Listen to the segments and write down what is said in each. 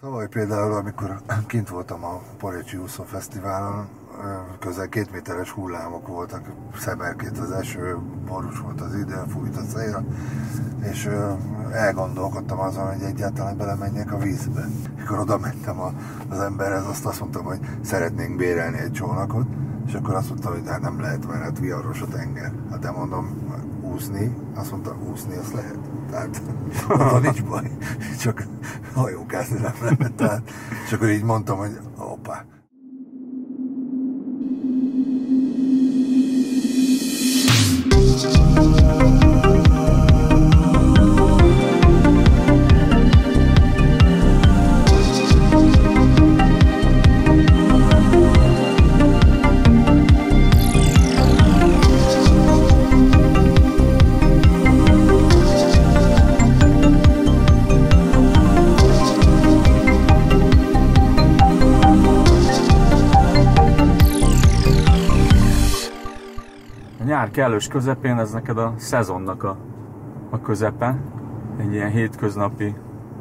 Tavaly például, amikor kint voltam a Porecsi Úszó Fesztiválon, közel 2 méteres hullámok voltak, szemerként az eső, borús volt az idő, fújt a szél, és elgondolkodtam azon, hogy egyáltalán belemenjek a vízbe. Mikor oda mentem az emberhez, azt mondtam, hogy szeretnénk bérelni egy csónakot, és akkor azt mondta, hogy nem lehet, mert hát viharos a tenger. Hát de mondom, úszni, azt mondta, úszni azt lehet. Tehát mondom, nincs baj, csak hajókázni nem lehet. Tehát, és akkor így mondtam, hogy hoppá. Nyár kellős közepén, ez neked a szezonnak a közepe, egy ilyen hétköznapi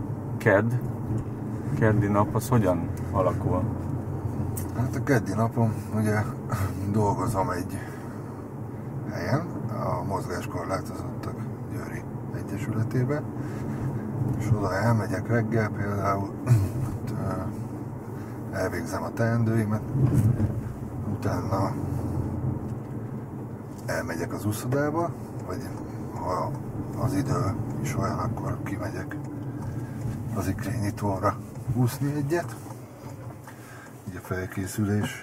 keddi nap, az hogyan alakul? Hát a keddi napon ugye dolgozom egy helyen, a mozgáskorlátozottak Győri Egyesületébe, és oda elmegyek reggel például, elvégzem a teendőimet, utána elmegyek az úszodába, vagy ha az idő is olyan, akkor kimegyek az Ikrényi tóra úszni egyet. Így a felkészülés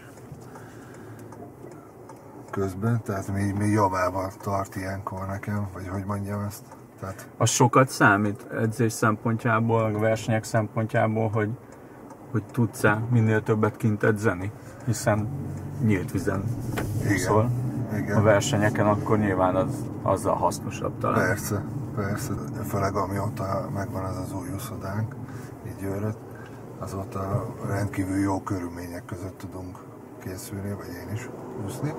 közben, tehát még javában tart ilyenkor nekem, vagy hogy mondjam ezt. Tehát... Az sokat számít edzés szempontjából, a versenyek szempontjából, hogy tudsz-e minél többet kint edzeni, hiszen nyílt vízen úszol. Igen. A versenyeken, akkor nyilván azzal hasznosabb talán. Persze. Főleg amióta megvan az új úszodánk, így Győrött, azóta rendkívül jó körülmények között tudunk készülni, vagy én is úszni.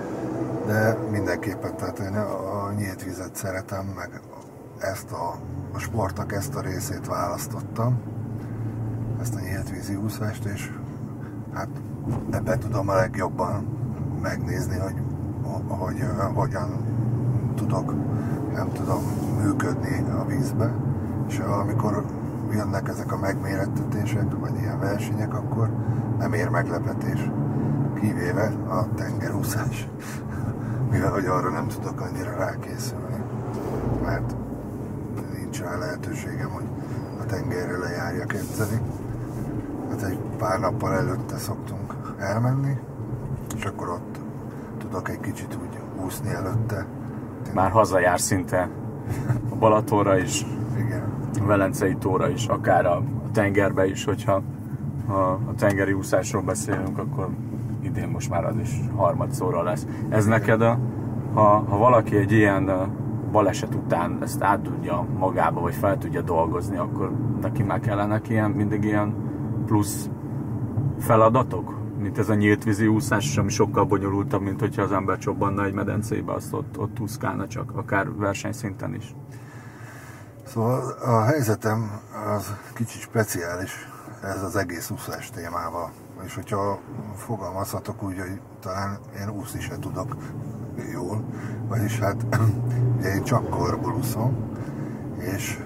De mindenképpen, tehát én a nyílt vizet szeretem, meg ezt a sportnak ezt a részét választottam, ezt a nyílt vízi úszást, és hát ebben tudom a legjobban megnézni, hogy hogyan tudok, nem tudom, működni a vízbe, és amikor jönnek ezek a megmérettetések, vagy ilyen versenyek, akkor nem ér meglepetés, kivéve a tengerúszás, mivel hogy arra nem tudok annyira rákészülni, mert nincs rá lehetőségem, hogy a tengerre lejárjak edzeni. Hát egy pár nappal előtte szoktunk elmenni, és akkor ott tudok egy kicsit úgy úszni előtte. Már hazajár szinte a Balatonra is, igen. A Velencei tóra is, akár a tengerbe is, hogyha a tengeri úszásról beszélünk, akkor idén most már az is harmadszorra lesz. Ez igen. Neked, ha valaki egy ilyen baleset után ezt át tudja magába, vagy fel tudja dolgozni, akkor neki már kellenek mindig ilyen plusz feladatok? Mint ez a nyílt vízi úszás, ami sokkal bonyolultabb, mint hogyha az ember csobbanna egy medencébe, azt ott úszkálna csak, akár versenyszinten is. Szóval a helyzetem az kicsit speciális, ez az egész úszás témával. És hogyha fogalmazhatok úgy, hogy talán én úszni se tudok jól, vagyis hát ugye én csak korból úszom, és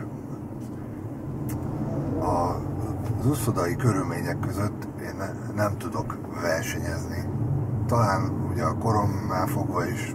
az úszodai körülmények között én nem tudok versenyezni. Talán ugye a koromnál fogva is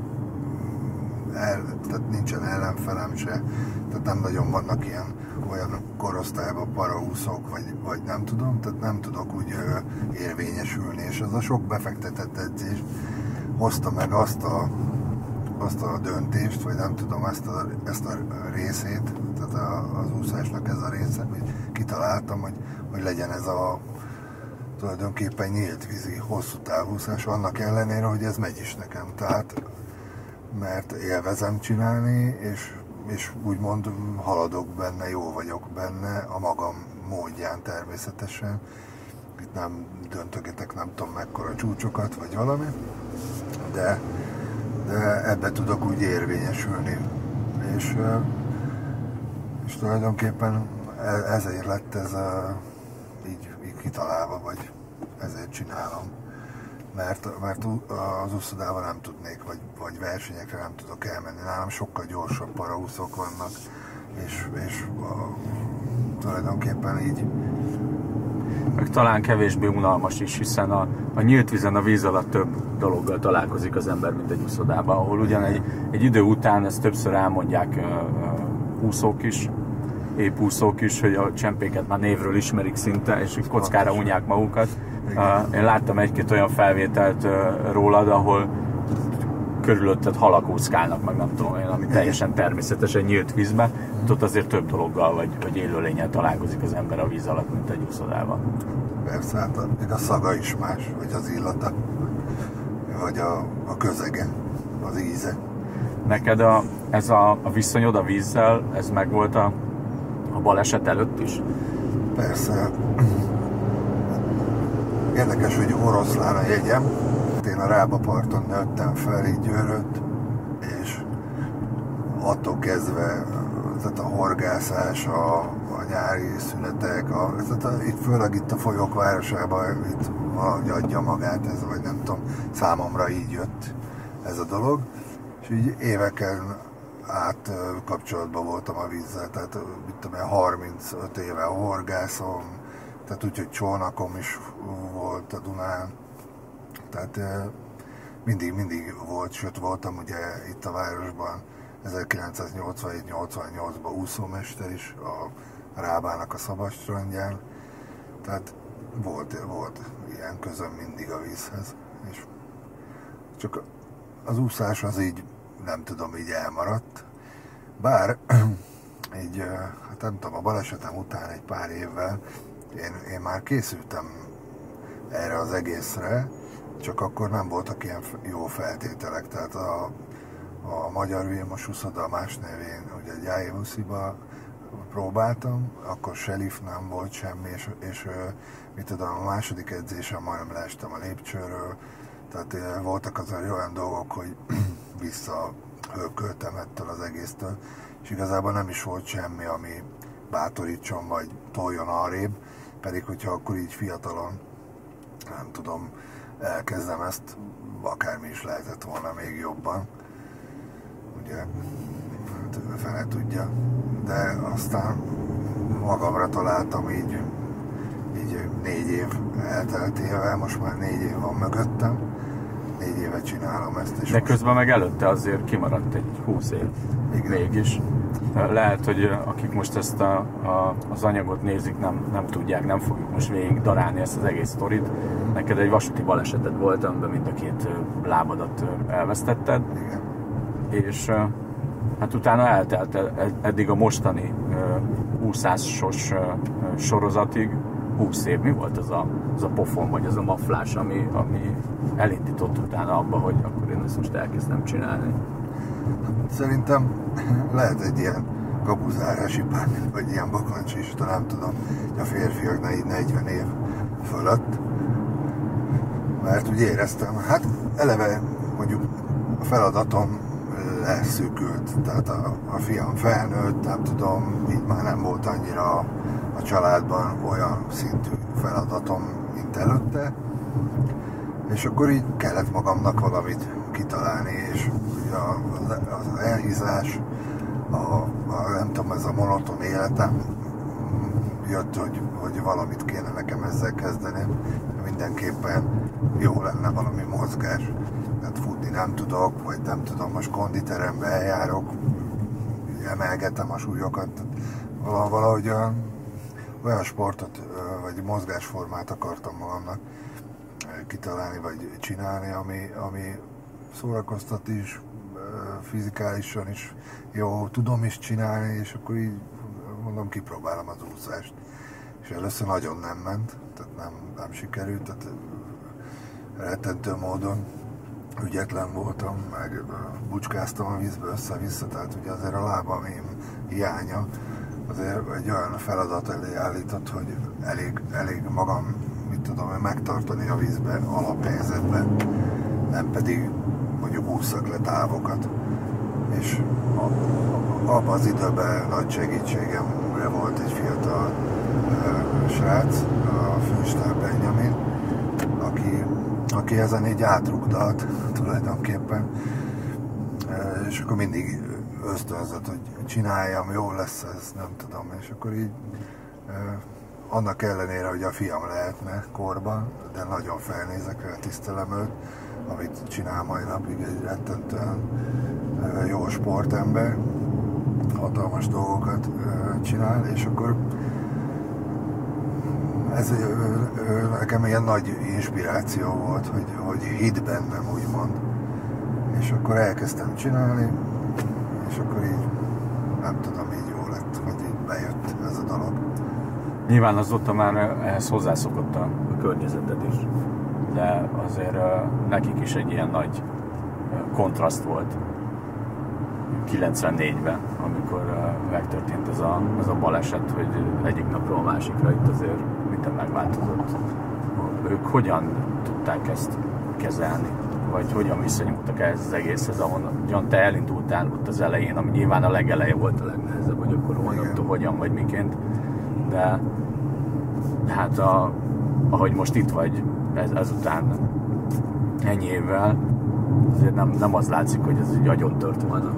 tehát nincsen ellenfelem se, tehát nem nagyon vannak olyan korosztályban paraúszók, vagy nem tudom, tehát nem tudok úgy érvényesülni, és az a sok befektetett edzés hozta meg azt a döntést, vagy nem tudom, ezt a részét, tehát az úszásnak ez a része, hogy kitaláltam, hogy legyen ez a tulajdonképpen nyílt vízi, hosszú távúszás, annak ellenére, hogy ez megy is nekem, tehát mert élvezem csinálni, és úgymond haladok benne, jó vagyok benne, a magam módján természetesen. Itt nem döntögetek nem tudom mekkora csúcsokat, vagy valami, de ebbe tudok úgy érvényesülni. És tulajdonképpen ezért lett ez így kitalálva, vagy ezért csinálom. Mert az úszodával nem tudnék, vagy versenyekre nem tudok elmenni. Nálam sokkal gyorsabb paraúszók vannak, és tulajdonképpen így... Meg talán kevésbé unalmas is, hiszen a nyílt vízen, a víz alatt több dologgal találkozik az ember, mint egy úszodában, ahol ugyan egy idő után, ezt többször elmondják úszók is, épp úszók is, hogy a csempéket már névről ismerik szinte, és kockára unják magukat. Én láttam egy-két olyan felvételt rólad, ahol körülötted halak úszkálnak, meg nem tudom én, ami teljesen természetesen nyílt vízbe. Ott azért több dologgal, vagy élőlénnyel találkozik az ember a víz alatt, mint egy úszodában. Persze, hát még a szaga is más, vagy az illata, vagy a közege, az íze. Neked ez a viszonyod a vízzel, ez megvolt a baleset előtt is? Persze. Érdekes, hogy oroszlán a jegyem. Én a Rába parton nőttem fel, így Győrött, és attól kezdve tehát a horgászás, a nyári szünetek, főleg itt a folyók városában itt valahogy adja magát ez, vagy nem tudom, számomra így jött ez a dolog. És így éveken át kapcsolatban voltam a vízzel, tehát mit tudom, 35 éve horgászom, tehát úgyhogy csónakom is volt a Dunán. Tehát mindig volt, sőt voltam ugye itt a városban 1987-88-ban úszómester is a Rábának a szabadstrandján. Tehát volt ilyen közöm mindig a vízhez. És csak az úszás az így, nem tudom, így elmaradt. Bár így, hát nem tudom, a balesetem után egy pár évvel én már készültem erre az egészre, csak akkor nem voltak ilyen jó feltételek. Tehát a Magyar Vilmos úszoda más nevén, ugye Gyájevusziba próbáltam, akkor se lift nem volt semmi, és mit tudom, a második edzésen majdnem leestem a lépcsőről, tehát voltak az olyan dolgok, hogy visszahőköltem ettől az egésztől, és igazából nem is volt semmi, ami bátorítson, vagy toljon arrébb, pedig hogyha akkor így fiatalon, nem tudom, elkezdem ezt, akármi is lehetett volna még jobban, ugye, fele tudja, de aztán magamra találtam így 4 év elteltével, most már 4 év van mögöttem, 4 éve csinálom ezt. És de közben meg előtte azért kimaradt egy 20 év. Igen. Mégis. Lehet, hogy akik most ezt az anyagot nézik, nem tudják, nem fogjuk most végig darálni ezt az egész sztorit. Neked egy vasúti baleseted volt, amiben mind a 2 lábadat elvesztetted. Igen. És hát utána eltelt eddig a mostani úszásos sorozatig 20 év. Mi volt az a pofon, vagy az a maflás, ami elindított utána abba, hogy akkor én ezt most elkezdem csinálni? Szerintem lehet egy ilyen kapuzárási pánik, vagy ilyen bakancsista, nem tudom, hogy a férfiaknál így 40 év fölött. Mert úgy éreztem, hát eleve mondjuk a feladatom leszűkült, tehát a fiam felnőtt, nem tudom, így már nem volt annyira a családban olyan szintű feladatom, mint előtte, és akkor így kellett magamnak valamit kitalálni, és az elhízás, nem tudom, ez a monoton életem jött, hogy valamit kéne nekem ezzel kezdeni, mindenképpen jó lenne valami mozgás. Tehát futni nem tudok, vagy nem tudom, most konditerembe eljárok, emelgetem a súlyokat, valahogy olyan sportot, vagy mozgásformát akartam magamnak kitalálni, vagy csinálni, ami szórakoztat is, fizikálisan is jó, tudom is csinálni, és akkor így mondom, kipróbálom az úszást. És először nagyon nem ment, tehát nem sikerült, tehát rettentő módon ügyetlen voltam, meg bucskáztam a vízbe össze-vissza, tehát ugye azért a lábam hiánya azért egy olyan feladat elé állított, hogy elég magam, mit tudom, megtartani a vízbe alaphelyzetben, nem pedig mondjuk ússzak le távokat. És abban az időben nagy segítségemre volt egy fiatal srác, aki ezen így átrugdalt tulajdonképpen. És akkor mindig ösztönzött, hogy csináljam, jó lesz ez, nem tudom. És akkor így annak ellenére, hogy a fiam lehetne korban, de nagyon felnézek rá, tisztelem őt, amit csinál mai napig, egy rettentően jó sportember, hatalmas dolgokat csinál, és akkor ez nekem ilyen nagy inspiráció volt, hogy hidd bennem, úgymond. És akkor elkezdtem csinálni, és akkor így, nem tudom, így jó lett, hogy így bejött ez a dolog. Nyilván azóta már ehhez hozzászokott a környezeted is, de azért nekik is egy ilyen nagy kontraszt volt 94-ben, amikor megtörtént ez a baleset, hogy egyik napról a másikra itt azért minden megváltozott. Ők hogyan tudták ezt kezelni? Vagy hogyan viszonyultak ehhez az egészhez, ahonnan te elindultál ott az elején, ami nyilván a legeleje volt a legnehezebb, hogy akkor onnantól hogyan vagy miként, de hát ahogy most itt vagy ezután ennyi évvel, azért nem az látszik, hogy ez így agyon tört volna.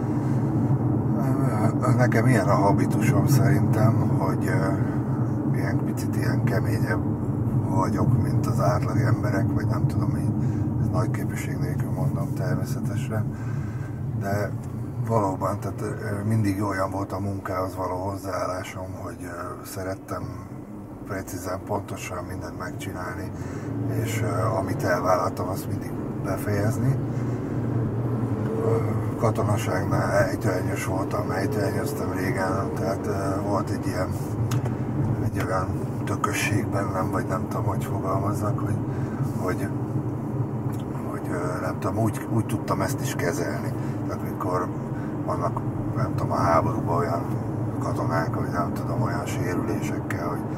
Nekem ilyen a habitusom szerintem, hogy ilyen picit ilyen keményebb vagyok, mint az átlag emberek, vagy nem tudom, így ez nagy képviség nélkül mondom természetesen, de valóban, tehát mindig olyan volt a munkához való hozzáállásom, hogy szerettem precízen, pontosan mindent megcsinálni, és amit elvállaltam, azt mindig befejezni. Katonaságnál ejtőernyős voltam, ejtőernyőztem régen, tehát volt egy olyan tökösség bennem, vagy nem tudom, hogy fogalmazzak, hogy nem tudom, úgy tudtam ezt is kezelni. Tehát mikor vannak, nem tudom, a háborúban olyan katonák, vagy nem tudom, olyan sérülésekkel, hogy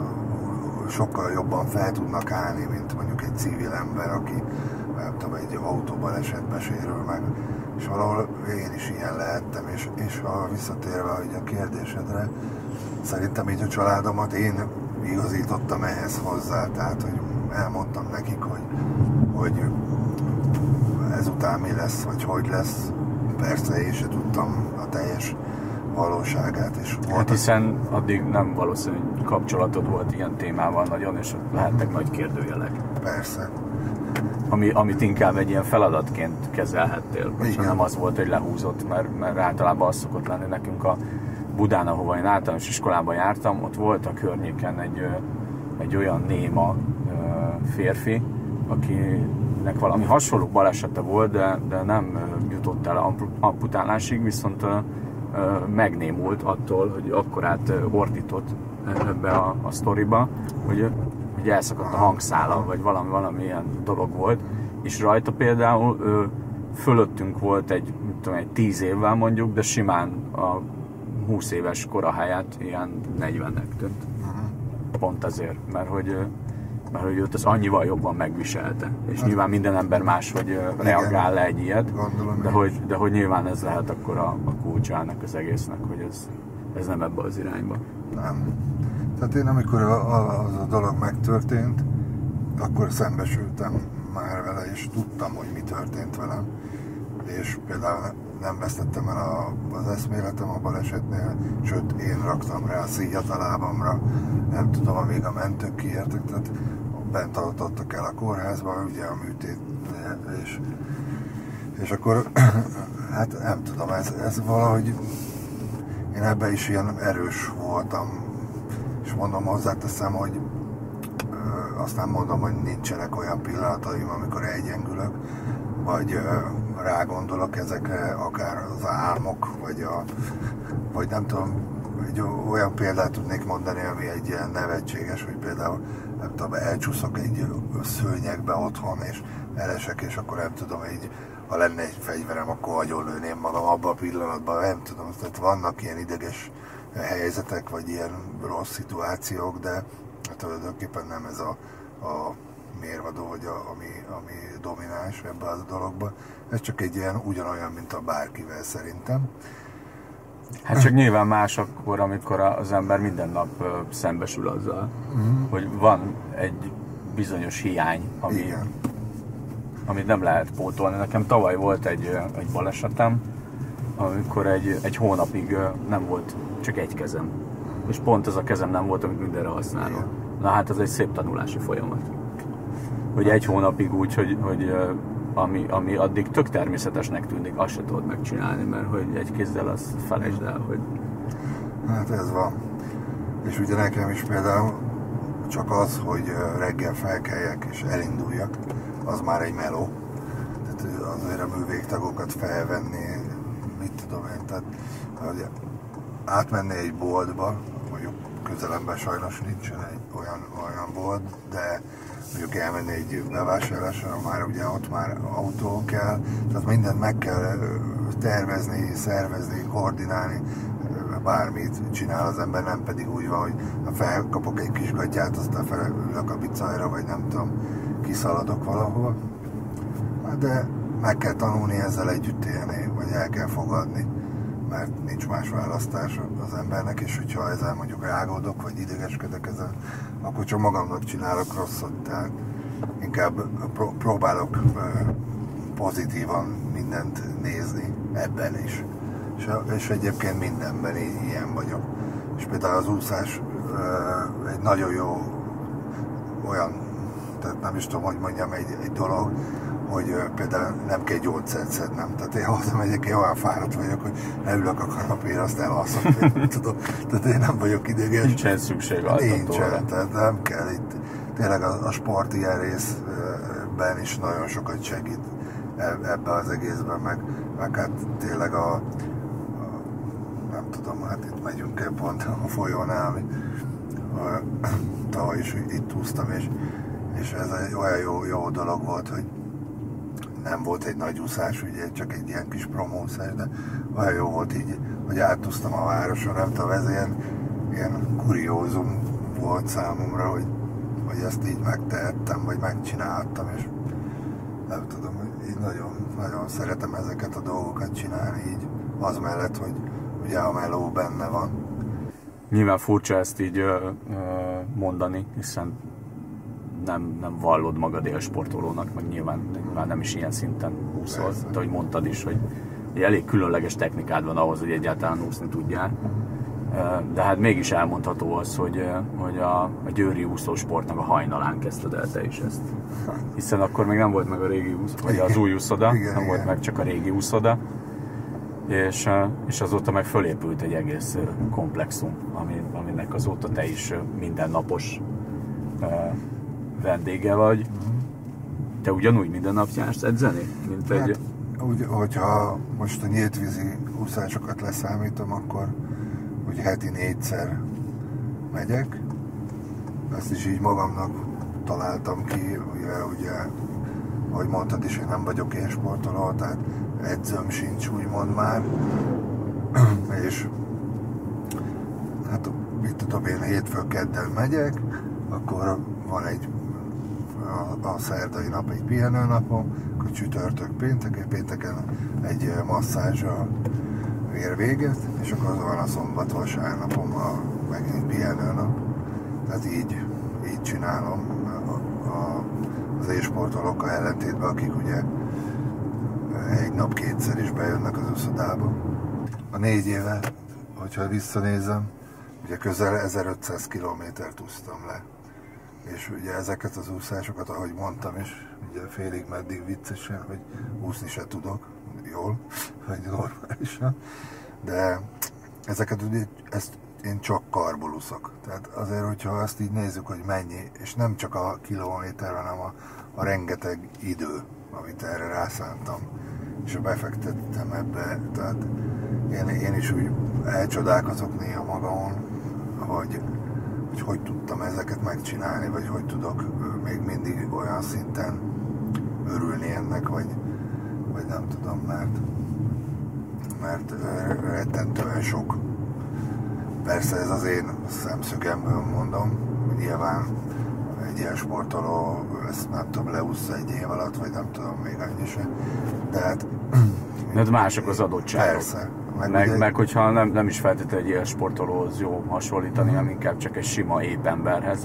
sokkal jobban fel tudnak állni, mint mondjuk egy civil ember, aki nem tudom, egy autóbalesetbe sérül meg. És valahol én is ilyen lehettem, és ha visszatérve hogy a kérdésedre, szerintem így a családomat én igazítottam ehhez hozzá, tehát hogy elmondtam nekik, hogy ezután mi lesz, vagy hogy lesz. Persze én se tudtam a teljes valóságát. És hát hiszen addig nem valószínű, hogy kapcsolatod volt ilyen témával nagyon, és lehettek nagy kérdőjelek. Persze. Amit inkább egy ilyen feladatként kezelhettél. Nem az volt, hogy lehúzott, mert általában az szokott lenni nekünk a Budán, ahova én általános iskolában jártam, ott volt a környéken egy olyan néma férfi, akinek valami hasonló balesete volt, de nem jutott el amputálásig, viszont megnémult attól, hogy akkorát ordított ebbe a sztoriba, hogy elszakadt a hangszála, vagy valami ilyen dolog volt, és rajta például fölöttünk volt egy 10 évvel mondjuk, de simán a 20 éves kora helyett ilyen 40-nek tűnt. Pont azért, mert hogy őt az annyival jobban megviselte. És nyilván minden ember máshogy reagál le egy ilyet, de hogy nyilván ez lehet akkor a kulcsa ennek az egésznek, hogy ez nem ebbe az irányba. Nem. Tehát én amikor az a dolog megtörtént, akkor szembesültem már vele, és tudtam, hogy mi történt velem. És például nem vesztettem el az eszméletem a balesetnél, sőt én raktam rá a szíjat a lábamra, nem tudom, amíg a mentők kiértek, tehát bent tartottak el a kórházban, ugye a műtét, és akkor, hát nem tudom, ez valahogy, én ebben is ilyen erős voltam, és mondom, hozzáteszem, hogy azt nem mondom, hogy nincsenek olyan pillanataim, amikor elgyengülök, vagy rágondolok ezekre, akár az álmok, vagy nem tudom, egy olyan példát tudnék mondani, ami egy ilyen nevetséges, hogy például nem tudom, elcsúszok egy szőnyegbe otthon, és elesek, és akkor nem tudom, így, ha lenne egy fegyverem, akkor agyonlőném magam abban a pillanatban, nem tudom, tehát vannak ilyen ideges helyzetek, vagy ilyen rossz szituációk, de tulajdonképpen nem ez a mérvadó, vagy ami domináns ebben a dologban. Ez csak egy ilyen ugyanolyan, mint a bárkivel szerintem. Hát csak nyilván más akkor, amikor az ember minden nap szembesül azzal, hogy van egy bizonyos hiány, ami amit nem lehet pótolni. Nekem tavaly volt egy balesetem, amikor egy hónapig nem volt csak egy kezem. És pont ez a kezem nem volt, amit mindenre használom. Na hát ez egy szép tanulási folyamat. Hogy egy hónapig úgy, hogy ami addig tök természetesnek tűnik, azt se tudod megcsinálni, mert hogy egy kézzel azt felejtsd el, hogy... Hát ez van. És ugye nekem is például csak az, hogy reggel felkeljek és elinduljak, az már egy meló. Tehát azért a művégtagokat felvenni, mit tudom én, tehát hogy átmenni egy boltba, mondjuk közelemben sajnos nincsen egy olyan bolt, de mondjuk elmenni egy bevásárlásra, már ugye ott már autó kell, tehát mindent meg kell tervezni, szervezni, koordinálni, bármit csinál az ember, nem pedig úgy van, hogy felkapok egy kis gatyát, aztán felülök a bicajra, vagy nem tudom, kiszaladok valahol. De meg kell tanulni ezzel együtt élni, vagy el kell fogadni, mert nincs más választás az embernek, és hogyha ezzel mondjuk rágódok, vagy idegeskedek ezzel, akkor csak magamnak csinálok rosszat, tehát inkább próbálok pozitívan mindent nézni ebben is. És egyébként mindenben ilyen vagyok. És például az úszás egy nagyon jó olyan, tehát nem is tudom, hogy mondjam, egy dolog, hogy például nem kell gyógyszert szednem. Tehát én hazamegyek, én olyan fáradt vagyok, hogy leülök a kanapéra, azt elalszom, nem tudom. Tehát én nem vagyok ideges. Nincsen szükség altatóra. Nincsen, tehát nem kell. Itt tényleg a sport ilyen részben is nagyon sokat segít ebben az egészben, meg hát tényleg nem tudom, hát itt megyünk pont a folyónál, tavaly is itt úsztam, és ez egy olyan jó dolog volt, hogy nem volt egy nagy úszás, ugye csak egy ilyen kis promószás, de olyan jó volt így, hogy átúsztam a városon, nem tudom, ez ilyen kuriózum volt számomra, hogy ezt így megtehettem, vagy megcsináltam, és nem tudom, hogy így nagyon, nagyon szeretem ezeket a dolgokat csinálni, így az mellett, hogy ugye a meló benne van. Nyilván furcsa ezt így mondani, hiszen nem vallod magad élsportolónak, meg nyilván nem is ilyen szinten úszol, de ahogy mondtad is, hogy egy elég különleges technikád van ahhoz, hogy egyáltalán úszni tudjál. De hát mégis elmondható az, hogy a győri úszósportnak a hajnalán kezdted el te is ezt. Hiszen akkor még nem volt meg a régi vagy az új úszoda, nem volt meg csak a régi úszoda. És azóta meg fölépült egy egész komplexum, aminek azóta te is mindennapos vendége vagy. Te ugyanúgy minden nap jársz edzeni? Mint egy... Hát, úgy, hogyha most a nyíltvízi úszásokat leszámítom, akkor úgy heti 4-szer megyek. Ezt is így magamnak találtam ki, ugye ahogy mondtad is, én nem vagyok élsportoló, tehát edzőm sincs úgymond már. És hát mit tudom én, hétfő-kedden megyek, akkor van a szerdai nap egy pihenőnapom, akkor csütörtök pénteken egy masszázsal ér véget, és akkor az van a szombat vasárnapom megint pihenőnap. Tehát így csinálom az élsportolókkal ellentétben, akik ugye egy nap kétszer is bejönnek az úszodába. A 4 éve, hogyha visszanézem, ugye közel 1500 kilométert úsztam le. És ugye ezeket az úszásokat, ahogy mondtam is, ugye félig meddig viccesen, hogy úszni se tudok jól, vagy normálisan, de ezeket ugye, ezt én csak karból úszok. Tehát azért, hogyha azt így nézzük, hogy mennyi, és nem csak a kilométer, hanem a rengeteg idő, amit erre rászántam, és befektettem ebbe, tehát én is úgy elcsodálkozok néha magamon, hogy tudtam ezeket megcsinálni, vagy hogy tudok még mindig olyan szinten örülni ennek, vagy nem tudom, mert rettentően sok. Persze ez az én szemszögemből mondom, nyilván egy ilyen sportoló ezt nem tudom, leúszza egy év alatt, vagy nem tudom, még annyi sem, de hát... De mások az adottságok. Persze. Meg hogyha nem is feltétlenül egy ilyen sportolóhoz jó hasonlítani, hanem inkább csak egy sima épp emberhez.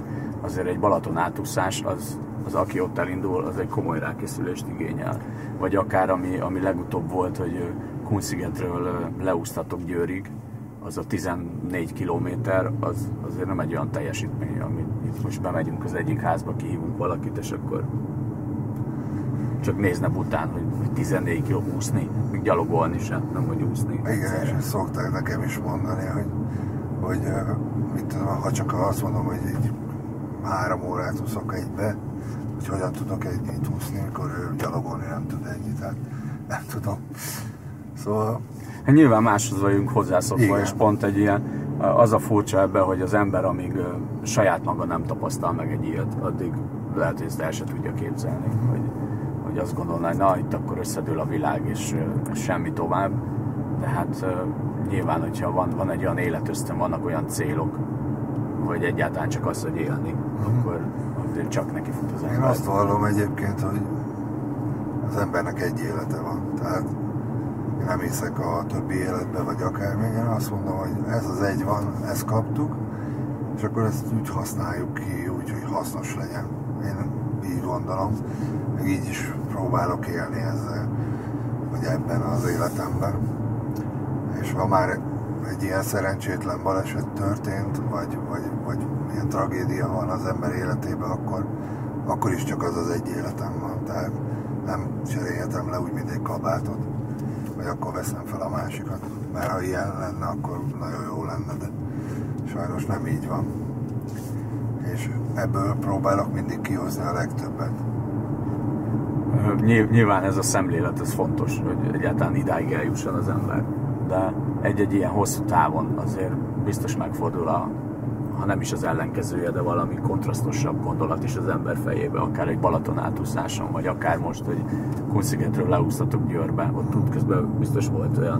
azért egy Balaton átúszás, az aki ott elindul, az egy komoly rákészülést igényel. Vagy akár ami legutóbb volt, hogy Kun-szigetről leúsztatok Győrig, az a 14 kilométer, az azért nem egy olyan teljesítmény, amit itt most bemegyünk az egyik házba, kihívunk valakit, és akkor csak néznep után, hogy 14 kiló úszni, még gyalogolni sem, nem hogy úszni. Igen, és ezt szokták nekem is mondani, hogy mit tudom, ha csak azt mondom, hogy egy 3 órát úszok egybe, hogy hogyan tudok egyet úszni, amikor ő gyalogolni nem tud egyet, tehát nem tudom. Szóval... Hát nyilván máshoz vagyunk hozzászokva, igen. És pont egy ilyen, az a furcsa ebben, hogy az ember amíg saját maga nem tapasztal meg egy ilyet, addig lehet, hogy ezt el se tudja képzelni, hogy azt gondolná, hogy na, itt akkor összedől a világ, és semmi tovább. De hát nyilván, hogyha van egy olyan életösztön, vannak olyan célok, vagy egyáltalán csak az, hogy élni, akkor azért csak neki fut az ember. Én azt vallom egyébként, hogy az embernek egy élete van. Tehát én nem hiszek a többi életbe, vagy akármi. Én azt mondom, hogy ez az egy van, ezt kaptuk, és akkor ezt úgy használjuk ki, úgy, hogy hasznos legyen. Én így gondolom, meg így is próbálok élni ezzel, vagy ebben az életemben. És ha már egy ilyen szerencsétlen baleset történt, vagy ilyen tragédia van az ember életében, akkor is csak az egy életem van. Tehát nem cserélhetem le úgy, mint egy kabátot, vagy akkor veszem fel a másikat. Mert ha ilyen lenne, akkor nagyon jó lenne, de sajnos nem így van. És ebből próbálok mindig kihozni a legtöbbet. Nyilván ez a szemlélet, ez fontos, hogy egyáltalán idáig eljusson az ember. De egy ilyen hosszú távon azért biztos megfordul ha nem is az ellenkezője, de valami kontrasztosabb gondolat is az ember fejébe, akár egy Balaton átúszáson, vagy akár most, hogy Kun-szigetről leúsztatok Győrbe, ott útközben biztos volt olyan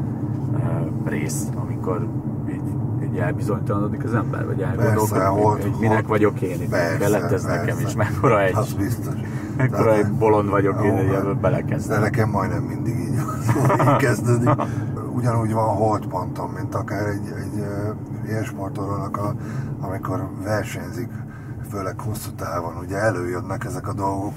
rész, amikor így elbizonytalanodik az ember, vagy elgondolkodik, hogy minek vagyok én itt, belett ez nekem is, mekkora egy bolond vagyok én, hogy ebből belekezdem. De nekem majdnem mindig így kezdődik. Ugyanúgy van holdpontom, mint akár egy élsportolónak, amikor versenyzik, főleg hosszú távon, ugye előjönnek ezek a dolgok,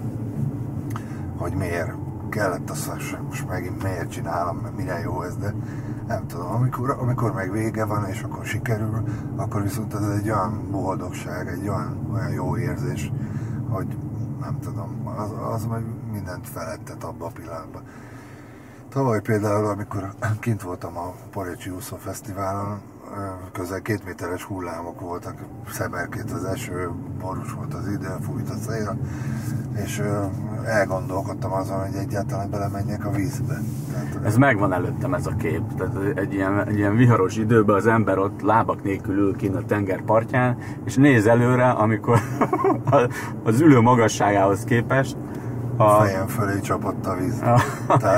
hogy miért kellett azt most megint miért csinálom, mire jó ez, de nem tudom, amikor meg vége van, és akkor sikerül, akkor viszont ez egy olyan boldogság, egy olyan jó érzés, hogy nem tudom, az meg mindent felettet abba a pillanatban. Tavaly például, amikor kint voltam a Porecsi Úszó Fesztiválon, közel 2 méteres hullámok voltak, szemerként az eső, borús volt az idő, fújt a szél, és elgondolkodtam azon, hogy egyáltalán belemenjek a vízbe. Tehát, ez megvan előttem ez a kép, tehát egy ilyen viharos időben az ember ott lábak nélkül ül kint a tenger partján, és néz előre, amikor az ülő magasságához képest fejem fölé csapott a víz. Tehát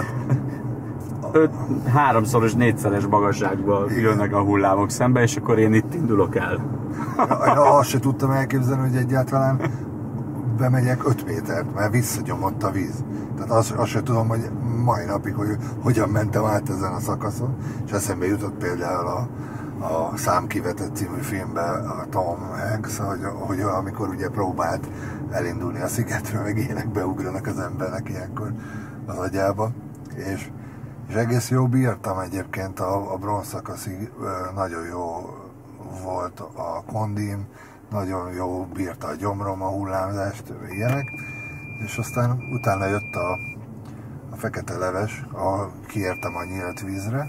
3-szoros, 4-szeres magasságban jönnek a hullámok szembe, és akkor én itt indulok el. Azt se tudtam elképzelni, hogy egyáltalán bemegyek 5 métert, mert visszagyomott a víz. Tehát azt se tudom, hogy mai napig, hogy hogyan mentem át ezen a szakaszon, és eszembe jutott például a Számkivetett című filmben a Tom Hanks, hogy amikor ugye próbált elindulni a szigetről, meg ilyenek beugranak az embernek ilyenkor az agyába, és egész jó bírtam egyébként a bronzszakaszig, nagyon jó volt a kondim, nagyon jó bírta a gyomrom a hullámzást, ilyenek, és aztán utána jött a fekete leves, ahol kiértem a nyílt vízre,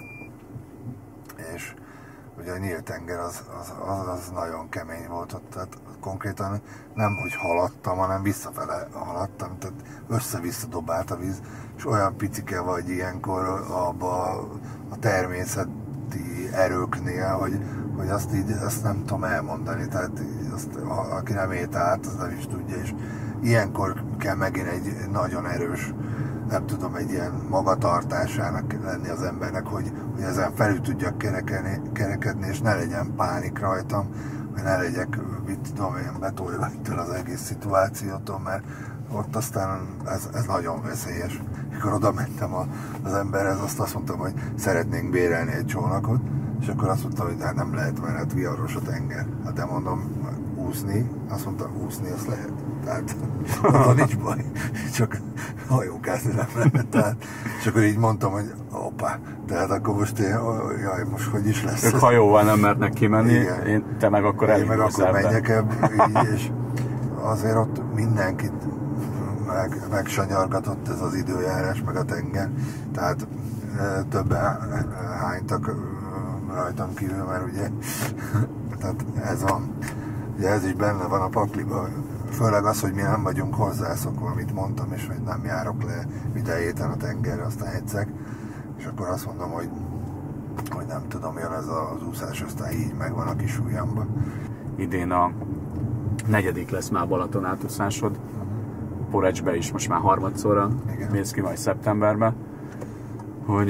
és ugye a nyílt tenger az nagyon kemény volt ott, tehát konkrétan nem, hogy haladtam, hanem visszafele haladtam, tehát össze-vissza dobált a víz, és olyan picike vagy ilyenkor abba a természeti erőknél, hogy azt nem tudom elmondani, tehát azt, aki nem élte át, az nem is tudja, és ilyenkor kell megint egy nagyon erős, nem tudom, egy ilyen magatartásának lenni az embernek, hogy ezen felül tudjak kerekedni, és ne legyen pánik rajtam, hogy ne legyek, mit tudom én, betolva ettől az egész szituációtól, mert ott aztán ez nagyon veszélyes. Mikor oda mentem az emberhez, azt mondtam, hogy szeretnénk bérelni egy csónakot, és akkor azt mondtam, hogy nem lehet, mert hát viharos a tenger. Hát de mondom, úszni, azt mondta, úszni azt lehet. Tehát oda nincs baj, csak hajókázni nem lehet. Tehát, és akkor így mondtam, hogy hoppá, tehát akkor most jaj, most hogy is lesz. Ők hajóval nem mernek kimenni, te meg akkor elindulsz. Én meg akkor menjek így, és azért ott mindenkit megsanyargatott ez az időjárás, meg a tenger. Tehát többen hánytak rajtam kívül, mert ugye tehát ez van. Ugye ez is benne van a pakliban. Főleg az, hogy mi nem vagyunk hozzászokva, amit mondtam, és hogy nem járok le minden héten a tengerre, aztán edzek. És akkor azt mondom, hogy nem tudom, jön ez az úszás, aztán így megvan a kis ujjamba. Idén a 4. lesz már Balaton átúszásod. Porecsbe is most már harmadszorra mész ki majd szeptemberben. Hogy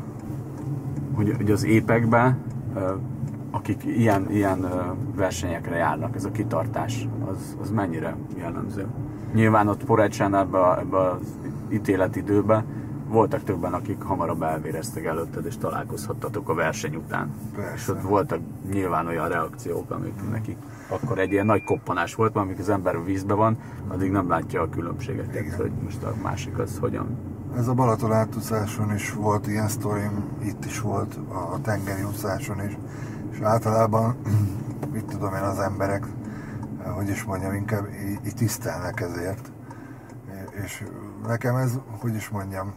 az épekben, akik ilyen versenyekre járnak, ez a kitartás, az mennyire jellemző? Nyilván ott Porecsen ebbe az ítéletidőben voltak többen, akik hamarabb elvéreztek előtted, és találkozhattatok a verseny után. Persze. És ott voltak nyilván olyan reakciók, amik nekik akkor egy ilyen nagy koppanás volt, amíg az ember a vízbe van, addig nem látja a különbségeket, igen. Hogy most a másik az hogyan. Ez a Balaton átúszáson is volt ilyen sztorim, itt is volt a tengeri úszáson is, és általában, mit tudom én, az emberek, hogy is mondjam, inkább így tisztelnek ezért. És nekem ez, hogy is mondjam,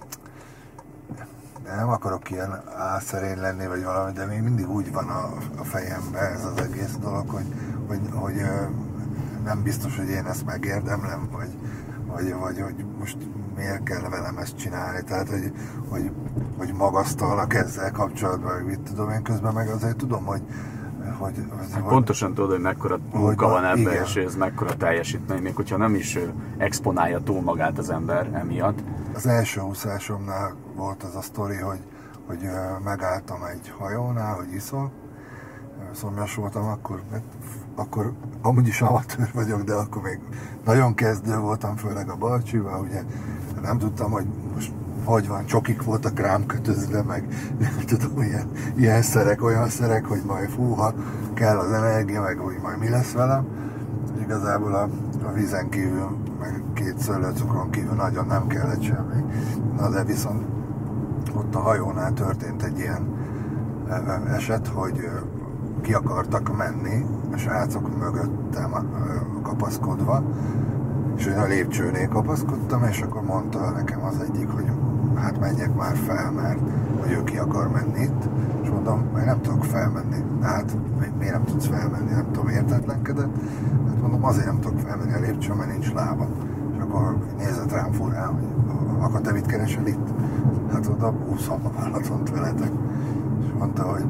nem akarok ilyen álszerény lenni, vagy valami, de még mindig úgy van a fejemben ez az egész dolog, hogy nem biztos, hogy én ezt megérdemlem, vagy hogy most miért kell velem ezt csinálni, tehát hogy magasztalnak ezzel kapcsolatban, vagy mit tudom én, közben meg azért tudom, hogy pontosan tudod, hogy mekkora munka van ebben, és ez mekkora teljesítmény, még hogyha nem is exponálja túl magát az ember emiatt. Az első úszásomnál volt az a sztori, hogy megálltam egy hajónál, hogy iszol, szomjas voltam akkor amúgy is amatőr vagyok, de akkor még nagyon kezdő voltam, főleg a Balcsival, ugye nem tudtam, hogy most hogy van, csokik voltak rám kötözve, meg nem tudom, ilyen szerek, olyan szerek, hogy majd fúha, kell az energia, meg hogy majd mi lesz velem. Igazából a vízen kívül, meg 2 szőlőcukron kívül nagyon nem kellett semmi. Na de viszont ott a hajónál történt egy ilyen eset, hogy ki akartak menni, a srácok mögöttem kapaszkodva, és én a lépcsőnél kapaszkodtam, és akkor mondta nekem az egyik, hogy hát menjek már fel, mert hogy ő ki akar menni itt, és mondom, meg nem tudok felmenni. Hát miért nem tudsz felmenni? Nem tudom, értetlenkedett. Hát mondom, azért nem tudok felmenni a lépcsőn, mert nincs lábam. És akkor nézett rám furán, hogy akkor te mit keresel itt? Hát oda úszom a Balatont veletek. És mondta, hogy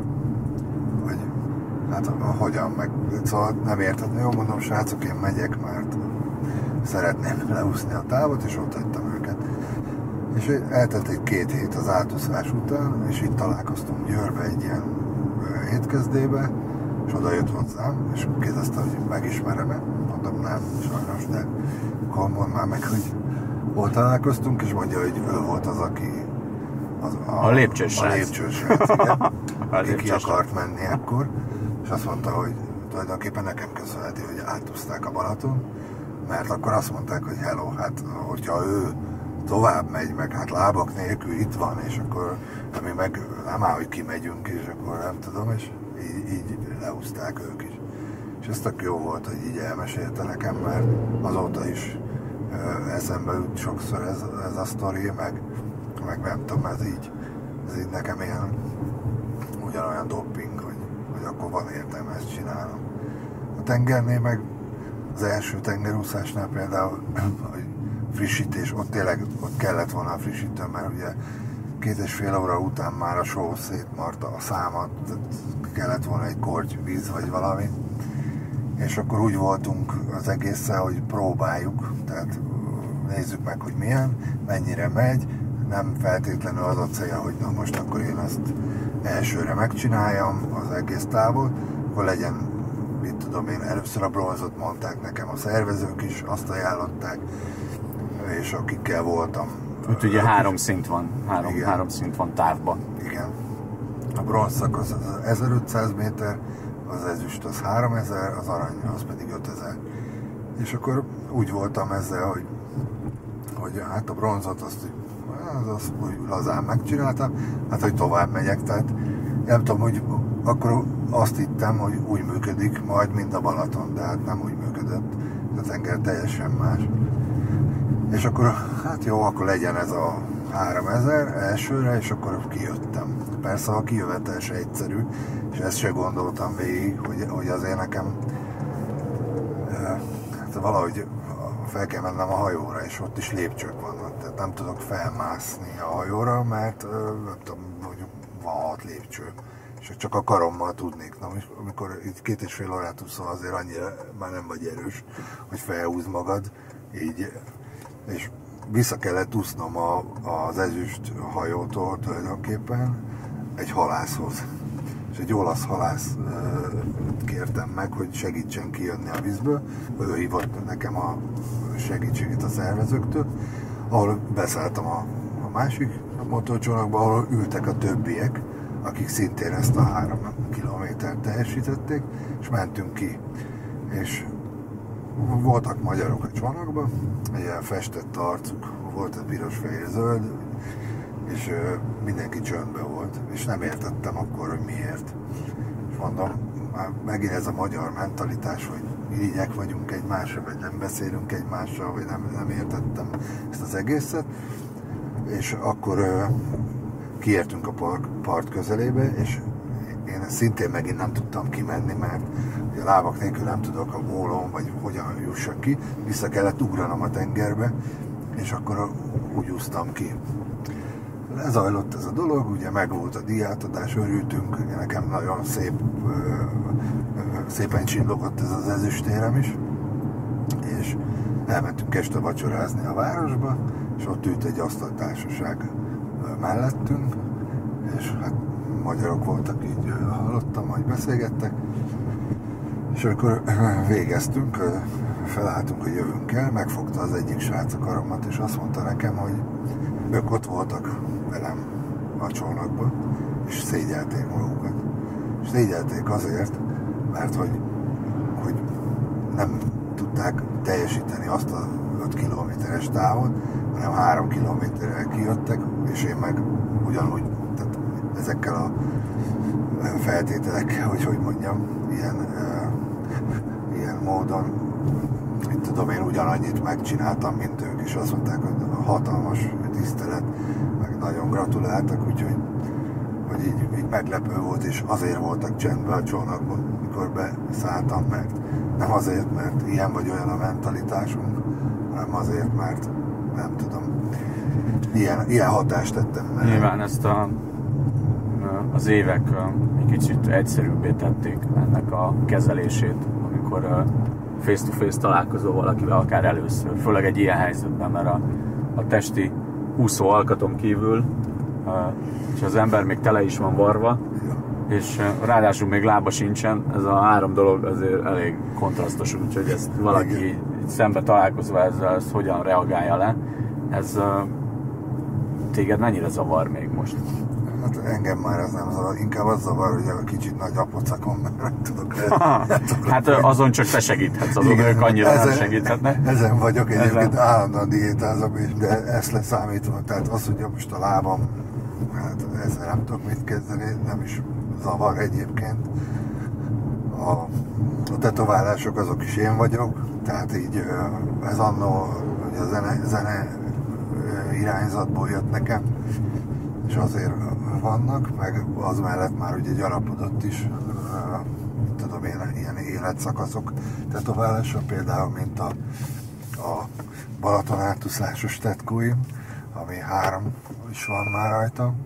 hát hogyan, meg szóval nem értettem. Jó, mondom, srácok, én megyek, mert szeretném leúszni a távot, és ott hagytam őket. És eltelt egy 2 hét az átúszás után, és itt találkoztunk Győrbe egy ilyen étkezdébe, és oda jött hozzám, és kérdezte, hogy megismerem-e. Mondom, nem, sajnos, de akkor mondd már meg, hogy hol találkoztunk, és mondja, hogy ő volt az, aki a lépcsős a lépcsős srác, igen, aki ki akart menni ekkor, és azt mondta, hogy tulajdonképpen nekem köszönheti, hogy átúzták a Balaton, mert akkor azt mondták, hogy hello, hát hogyha ő tovább megy, meg hát lábak nélkül itt van, és akkor mi meg nem áll, hogy kimegyünk, és akkor nem tudom, és így leúzták ők is. És ez tök jó volt, hogy így elmesélte nekem, mert azóta is eszembe jut sokszor ez a sztori, meg nem tudom, ez így nekem ilyen ugyanolyan dopping, hogy akkor van értelme ezt csinálnom. A tengernél meg az első tengerúszásnál például, hogy frissítés, ott tényleg ott kellett volna a frissítő, mert ugye 2,5 óra után már a só szétmarta a számat, kellett volna egy korty víz vagy valami, és akkor úgy voltunk az egészen, hogy próbáljuk, tehát nézzük meg, hogy milyen, mennyire megy, nem feltétlenül az a cél, hogy na most akkor én azt elsőre megcsináljam az egész távot, akkor legyen, mit tudom én, először a bronzot mondták nekem a szervezők is, azt ajánlották, és akikkel voltam. Úgy ugye 3 szint van, 3 szint van távban. Igen. A bronz szakasz az 1500 méter, az ezüst az 3000, az arany az pedig 5000. És akkor úgy voltam ezzel, hogy hát a bronzot azt úgy lazán megcsináltam, hát hogy tovább megyek, tehát nem tudom, hogy akkor azt hittem, hogy úgy működik majd, mint a Balaton, de hát nem úgy működött, a tenger teljesen más. És akkor, hát jó, akkor legyen ez a 3000 elsőre, és akkor kijöttem. Persze a kijövetel se egyszerű, és ezt se gondoltam végig, hogy azért nekem hát valahogy fel kell mennem a hajóra, és ott is lépcsők vannak, tehát nem tudok felmászni a hajóra, mert nem tudom, hogy van 6 lépcső, és csak a karommal tudnék. Na, amikor itt 2,5 órát úszol, azért annyira már nem vagy erős, hogy felhúz magad, így, és vissza kellett úsznom az ezüst hajótól tulajdonképpen egy halászhoz. És egy olasz halász kértem meg, hogy segítsen kijönni a vízből. Ő hívott nekem a segítségét a szervezőktől, ahol beszálltam a másik motorcsónakba, ahol ültek a többiek, akik szintén ezt a 3 kilométert teljesítették, és mentünk ki. És voltak magyarok a csónakban, egy ilyen festett arcuk, volt egy piros-fehér-zöld, és mindenki csöndben volt, és nem értettem akkor, hogy miért. És mondom, már megint ez a magyar mentalitás, hogy irigyek vagyunk egymásra, vagy nem beszélünk egymással, vagy nem értettem ezt az egészet. És akkor kiértünk a part közelébe, és én szintén megint nem tudtam kimenni, mert a lábak nélkül nem tudok a mólón, vagy hogyan jussak ki. Vissza kellett ugranom a tengerbe, és akkor úgy úsztam ki. Lezajlott ez a dolog, ugye megvolt a díjátadás, örültünk, nekem nagyon szépen csillogott ez az ezüstérem is, és elmentünk este vacsorázni a városba, és ott ült egy asztaltársaság mellettünk, és hát magyarok voltak, így hallottam, hogy beszélgettek, és akkor végeztünk, felálltunk, hogy jövünk el, megfogta az egyik srác a karomat, és azt mondta nekem, hogy ők ott voltak velem a csónakban, és szégyelték magukat. És szégyelték azért, mert hogy nem tudták teljesíteni azt a 5 kilométeres távot, hanem 3 kilométerrel kijöttek, és én meg ugyanúgy, tehát ezekkel a feltételekkel, hogy mondjam, ilyen módon, mit tudom én, ugyanannyit megcsináltam, mint ők, és azt mondták, hogy hatalmas tisztelet, meg nagyon gratuláltak, úgyhogy hogy így meglepő volt, és azért voltak csendben a csónakban, mikor beszálltam, mert nem azért, mert ilyen vagy olyan a mentalitásunk, hanem azért, mert nem tudom, ilyen hatást tettem. Nyilván ezt az évek egy kicsit egyszerűbbé tették ennek a kezelését, amikor face-to-face találkozol valakivel akár először, főleg egy ilyen helyzetben, mert a testi úszó alkaton kívül, és az ember még tele is van varva, és ráadásul még lába sincsen, ez a 3 dolog azért elég kontrasztos, úgyhogy ezt valaki így szembe találkozva ezzel, ezt hogyan reagálja le, ez téged mennyire zavar még most? Hát engem már ez nem zavar, inkább az zavar, hogy a kicsit nagy apocakon, mert nem tudok. Hát azon csak te segíthetsz, azon ők annyira nem segíthetnek. Ezen vagyok egyébként, állandóan diétázom, de ezt leszámítva, tehát az, hogy most a lábam, hát ezzel nem tudok mit kezdeni, nem is zavar egyébként. A tetoválások azok is én vagyok, tehát így ez annó, hogy a zene irányzatból jött nekem, és azért vannak, meg az mellett már ugye gyarapodott is, tudom én, ilyen életszakaszok tetoválása, például mint a Balaton átúszásos tetkóim, ami 3 is van már rajta.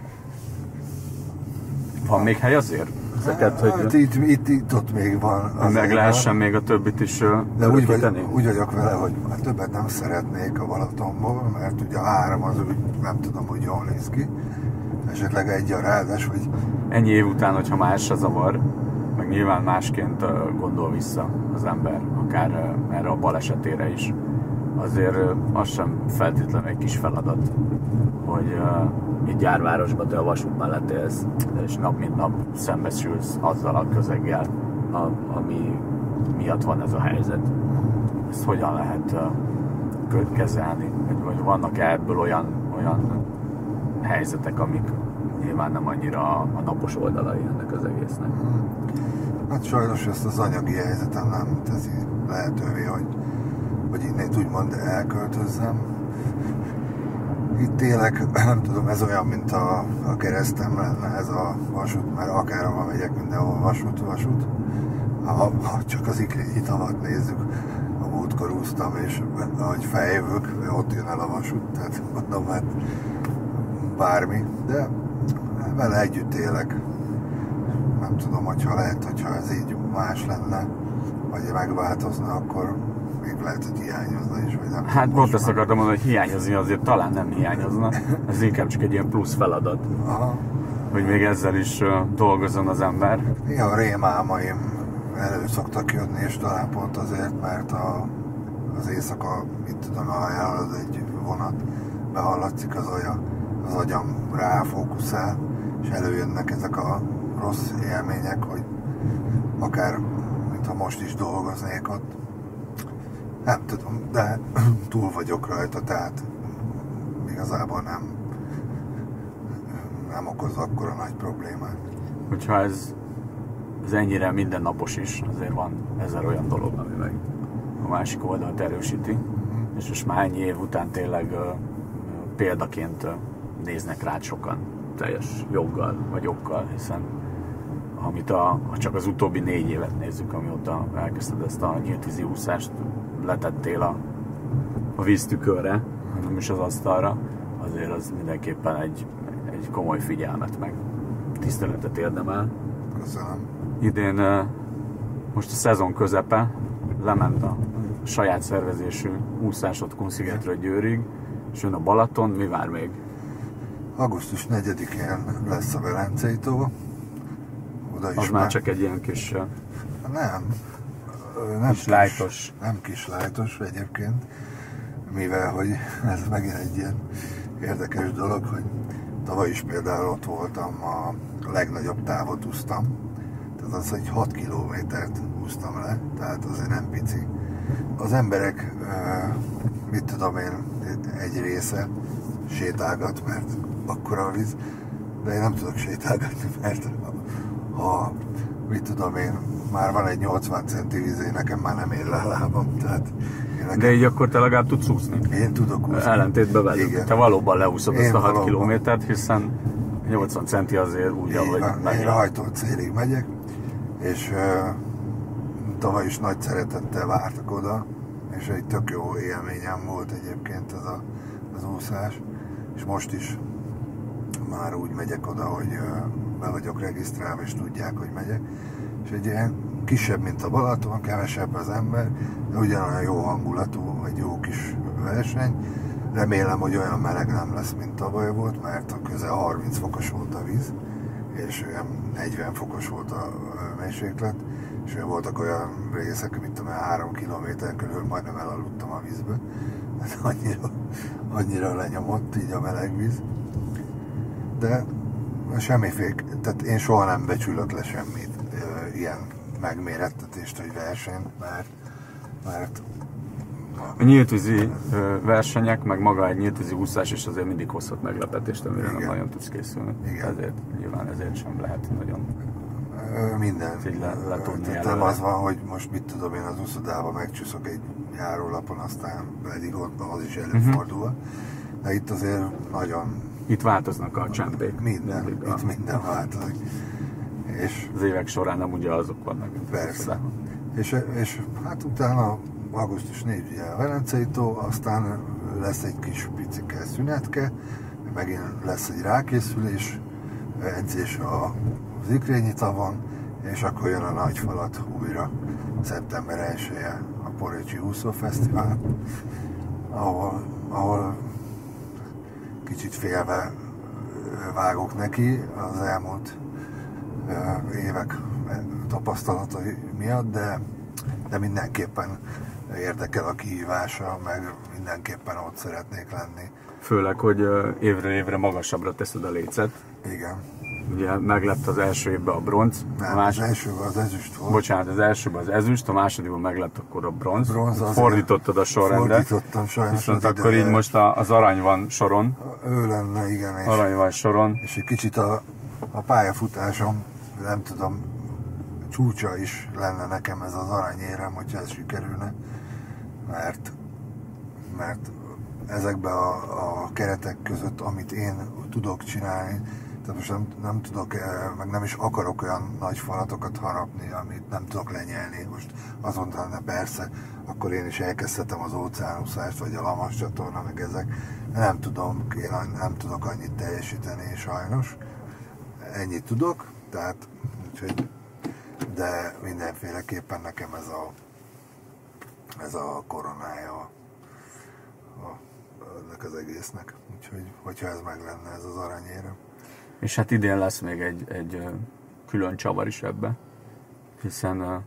Van még hely azért? Ezeket, hát itt még van. Meg lehessen még a többit is de úgy vagyok vele, hogy többet nem szeretnék a Balatonból, mert ugye a 3 az úgy nem tudom, hogy jól néz ki. Esetleg egy a ráadás, hogy... Ennyi év után, hogyha más a zavar, meg nyilván másként gondol vissza az ember, akár erre a balesetére is, azért az sem feltétlenül egy kis feladat, hogy egy gyárvárosban te a vasút mellett élsz, és nap mint nap szembesülsz azzal a közeggel, ami miatt van ez a helyzet. Ezt hogyan lehet kezelni? Vagy vannak-e ebből olyan helyzetek, amik nyilván nem annyira a napos oldalai ennek az egésznek? Hát sajnos ezt az anyagi helyzetem nem teszi lehetővé, hogy innét úgymond elköltözzem. Itt tényleg, nem tudom, ez olyan, mint a keresztem lenne ez a vasút, mert akárhova megyek, mindenhol vasút. Ha csak az Ikrényi tavat nézzük, a múltkor úsztam, és ahogy feljövök, ott jön el a vasút, tehát mondom, hát bármi, de vele együtt élek. Nem tudom, hogyha ez így más lenne, vagy megváltozna, akkor még lehet, hogy hiányozna is, vagy nem. Hát pont ezt akartam mondani, hogy hiányozni azért talán nem hiányozna, ez inkább csak egy ilyen plusz feladat. Aha. Hogy még ezzel is dolgozzon az ember. Ja, a rémálmaim elő szoktak jönni, és talán pont azért, mert az éjszaka, mit tudom, ha elhalad egy vonat, behallatszik az agyam ráfókuszál, és előjönnek ezek a rossz élmények, hogy akár, mintha most is dolgoznék ott. Nem tudom, de túl vagyok rajta, tehát igazából nem okoz akkora nagy problémát. Hogyha ez ennyire mindennapos is, azért van 1000 olyan dolog, ami meg a másik oldalt erősíti, és most már ennyi év után tényleg példaként néznek rád sokan, teljes joggal vagy okkal, hiszen amit csak az utóbbi 4 évet nézzük, amióta elkezdted ezt a nyíltvízi úszást, letettél a víztükörre, nem is az asztalra, azért az mindenképpen egy komoly figyelmet meg tiszteletet érdemel. Köszönöm. Idén most a szezon közepe, lement a saját szervezésű úszásod Kunszigetről Győrig, és jön a Balaton, mi vár még? Augusztus 4-én lesz a Velencei tó. Oda is az már csak egy ilyen kis... Nem lájtos. Nem kis lájtos egyébként, mivel hogy ez megint egy ilyen érdekes dolog, hogy tavaly is például ott voltam, a legnagyobb távot úsztam, tehát az egy 6 kilométert úsztam le, tehát azért nem pici. Az emberek, mit tudom én, egy része sétálgat, mert akkora a víz, de én nem tudok sétálgatni, mert ha, mit tudom én, már van egy 80 centi víz, nekem már nem ér le a lábam, tehát... De így akkor te legalább tudsz úszni? Én tudok úszni. Ellentétben velük. Igen. Te valóban leúszod ezt a 6 valóban. kilométert, hiszen 80 centi azért úgy, ahogy megy. Én hajtól célig megyek, és tavaly is nagy szeretettel vártak oda, és egy tök jó élményem volt egyébként ez az úszás, és most is már úgy megyek oda, hogy be vagyok regisztrálva, és tudják, hogy megyek, és egy ilyen kisebb, mint a Balaton, kevesebb az ember, de ugyanolyan jó hangulatú, egy jó kis verseny. Remélem, hogy olyan meleg nem lesz, mint tavaly volt, mert közel 30 fokos volt a víz, és 40 fokos volt a mérséklet, és voltak olyan részek, mint 3 kilométer körül majdnem elaludtam a vízbe. Annyira lenyomott így a meleg víz. De semmiféle, tehát én soha nem becsülök le semmit, ilyen megmérettetést, hogy verseny, mert a nyíltvízi versenyek, meg maga egy nyíltvízi úszás is azért mindig hozhat meglepetést, amire nem nagyon tudsz készülni. Ezért sem lehet nagyon minden. Tehát nem az van, hogy most mit tudom én, az úszodába megcsúszok egy járólapon, aztán pedig ott az is előfordul. De itt azért nagyon... Itt változnak a csempék. Itt minden változik. És az évek során nem ugye azok vannak. Persze. És hát utána augusztus 4 ugye a Velencei tó, aztán lesz egy kis picike szünetke, megint lesz egy rákészülés, edzés az Ikrényi tavon, és akkor jön a Nagyfalat újra, szeptember 1-je a Porécsi úszófesztivál, ahol kicsit félve vágok neki az elmúlt évek tapasztalatai miatt, de mindenképpen érdekel a kihívása, meg mindenképpen ott szeretnék lenni. Főleg, hogy évről évre magasabbra teszed a lécet. Igen. Ugye meglett az első évben a bronz. Nem, az elsőben az ezüst volt. Bocsánat, az elsőben az ezüst, a másodikban meglett akkor a bronz. Fordítottad a sorrendet. Fordítottam sajnos. Viszont akkor így most az arany van soron. Ő lenne, igen. Arany van soron. És egy kicsit a pályafutásom, nem tudom, csúcsa is lenne nekem ez az aranyérem, hogyha ez sikerülne. Mert ezekben a keretek között, amit én tudok csinálni, tehát most nem tudok, meg nem is akarok olyan nagy falatokat harapni, amit nem tudok lenyelni. Most azt mondtam, persze, akkor én is elkezdhetem az óceánúszást, vagy a Lamas csatorna, meg ezek. Nem tudom, én nem tudok annyit teljesíteni sajnos. Ennyit tudok, tehát, úgyhogy, de mindenféleképpen nekem ez a koronája ennek az egésznek. Úgyhogy, hogyha ez meg lenne, ez az aranyérem. És hát idén lesz még egy külön csavar is ebbe, hiszen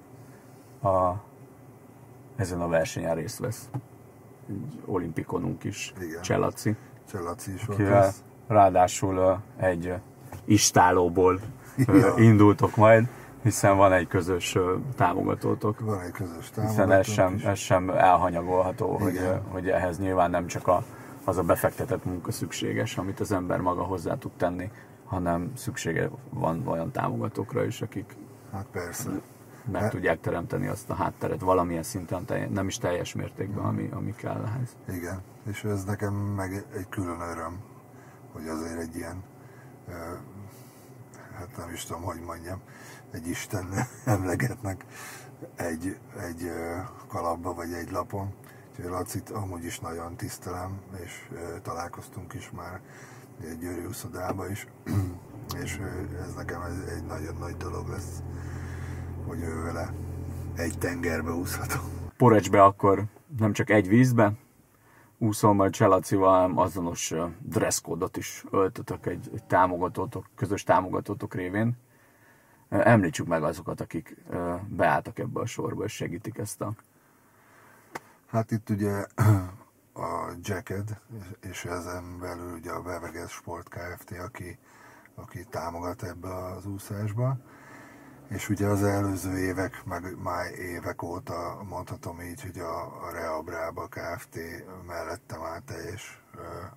ezen a versenyen részt vesz egy olimpikonunk is, Cselaci. Cselaci is akivel ráadásul egy istálóból indultok majd, hiszen van egy közös támogatótok. Van egy közös támogatótok. Hiszen ez sem elhanyagolható, hogy ehhez nyilván nem csak az a befektetett munka szükséges, amit az ember maga hozzá tud tenni, hanem szüksége van olyan támogatókra is, akik hát persze. meg tudják teremteni azt a hátteret valamilyen szinten, nem is teljes mértékben, ami kell ehhez. Igen, és ez nekem meg egy külön öröm, hogy azért egy ilyen, hát nem is tudom, hogy mondjam, egy Isten emlegetnek egy kalapba vagy egy lapon. Úgyhogy Lacit amúgy is nagyon tisztelem, és találkoztunk is már Győri úszodába is, és ez nekem egy nagyon nagy dolog lesz, hogy ő vele egy tengerbe úszhatom. Porecsbe akkor nem csak egy vízbe úszol majd Cselacival, hanem azonos dresszkódot is öltötök egy támogatótok, közös támogatótok révén. Említsük meg azokat, akik beálltak ebbe a sorba, és segítik ezt a... Hát itt ugye a Jacked, és ezen belül ugye a Beveges Sport Kft., aki támogat ebbe az úszásba. És ugye az előző évek, meg már évek óta mondhatom így, hogy a Reabrába Kft. Mellettem áll teljes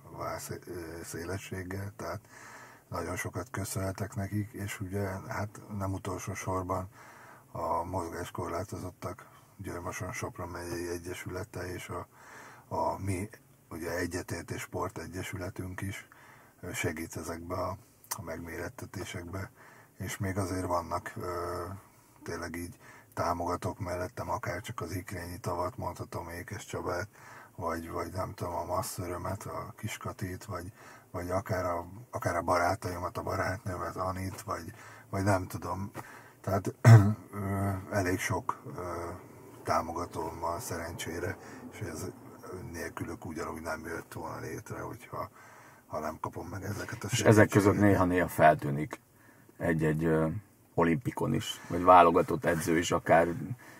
szélességgel, tehát nagyon sokat köszönhetek nekik, és ugye hát nem utolsó sorban a mozgáskorlátozottak Győr-Moson-Sopron megyei egyesülete és a mi ugye Egyetértés Sport Egyesületünk is segít ezekbe a megmérettetésekbe, és még azért vannak tényleg így támogatók mellettem, akár csak az Ikrényi tavat, mondhatom Ékes Csabát, vagy nem tudom, a Masszörömet, a Kiskatit, vagy akár a barátaimat, a barátnőmet, Anit, vagy nem tudom. Tehát elég sok támogatóm van szerencsére, és ez nélkülük ugyanúgy nem jött volna létre, hogyha nem kapom meg ezeket a és ezek között néha feltűnik egy olimpikon is, vagy válogatott edző is, akár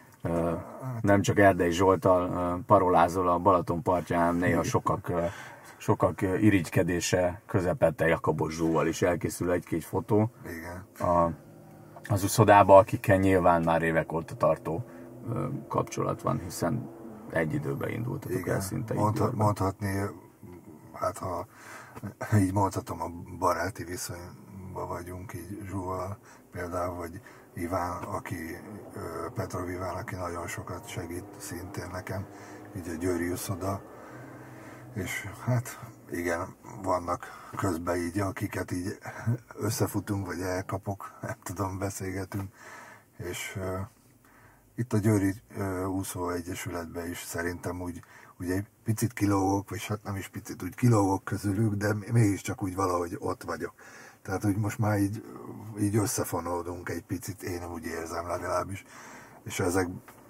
nem csak Erdei Zsolttal parolázol a Balaton partján, hanem néha sokak irigykedése közepette Jakabos Zsóval is elkészül egy-két fotó. Igen. Az úszodába, akikkel nyilván már évek óta tartó kapcsolat van, hiszen egy időben indultatok el szinte. Mondhatni, hát ha így mondhatom, a baráti viszonyban vagyunk így Zsóval például, vagy Iván, Petrov Iván, aki nagyon sokat segít szintén nekem, így a Győri úszoda, és hát igen, vannak közben így, akiket így összefutunk, vagy elkapok, nem tudom, beszélgetünk, és itt a Győri Úszó Egyesületben is szerintem úgy egy picit kilógok, vagy hát nem is picit, úgy kilógok közülük, de mégiscsak úgy valahogy ott vagyok. Tehát, hogy most már így összefonódunk egy picit, én úgy érzem legalábbis, és ezek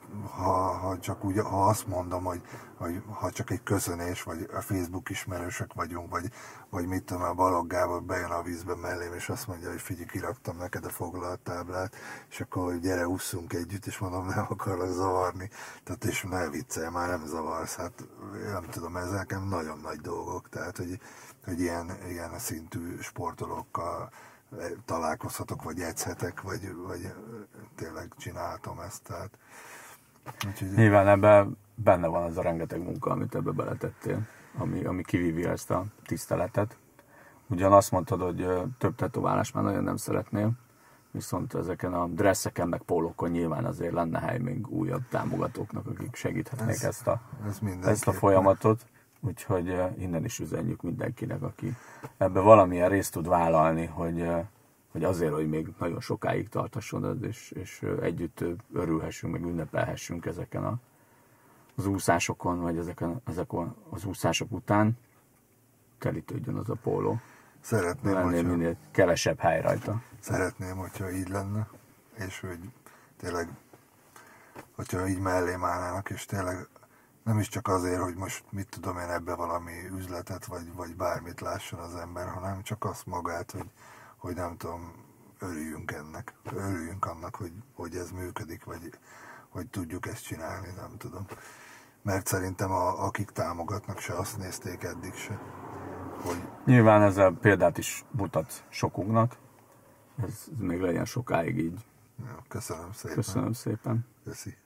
ha csak úgy, ha azt mondom, hogy ha csak egy köszönés, vagy a Facebook ismerősök vagyunk, vagy mit tudom, a Balogh Gábor bejön a vízbe mellém, és azt mondja, hogy figyelj, kiraktam neked a foglaltáblát, és akkor hogy gyere, ússzunk együtt, és mondom, nem akarlak zavarni. Tehát és ne viccelj, már nem zavarsz, hát nem tudom, ez nekem nagyon nagy dolgok, tehát hogy ilyen szintű sportolókkal találkozhatok, vagy edzhetek, vagy tényleg csinálhatom ezt, tehát úgyhogy... Nyilván ebben benne van az a rengeteg munka, amit ebbe beletettél, ami kivívja ezt a tiszteletet. Ugyan azt mondtad, hogy több tetoválást már nagyon nem szeretnél, viszont ezeken a dresszeken meg pólókon nyilván azért lenne hely még újabb támogatóknak, akik segíthetnék ezt a folyamatot. Úgyhogy innen is üzenjük mindenkinek, aki ebbe valamilyen részt tud vállalni, hogy azért, hogy még nagyon sokáig tartasson ez, és együtt örülhessünk, meg ünnepelhessünk ezeken az úszásokon, vagy ezeken az úszások után, telítődjön az a póló. Szeretném, lennél minél kevesebb hely rajta. Szeretném, hogyha így lenne, és hogy tényleg, hogyha így mellém állnának, és tényleg nem is csak azért, hogy most mit tudom én ebbe valami üzletet, vagy bármit lásson az ember, hanem csak azt magát, hogy nem tudom, örüljünk ennek. Örüljünk annak, hogy ez működik, vagy hogy tudjuk ezt csinálni, nem tudom. Mert szerintem akik támogatnak, se azt nézték eddig se. Hogy... Nyilván ezzel példát is mutat sokunknak. Ez még legyen sokáig így. Ja, köszönöm szépen. Köszönöm szépen. Köszi.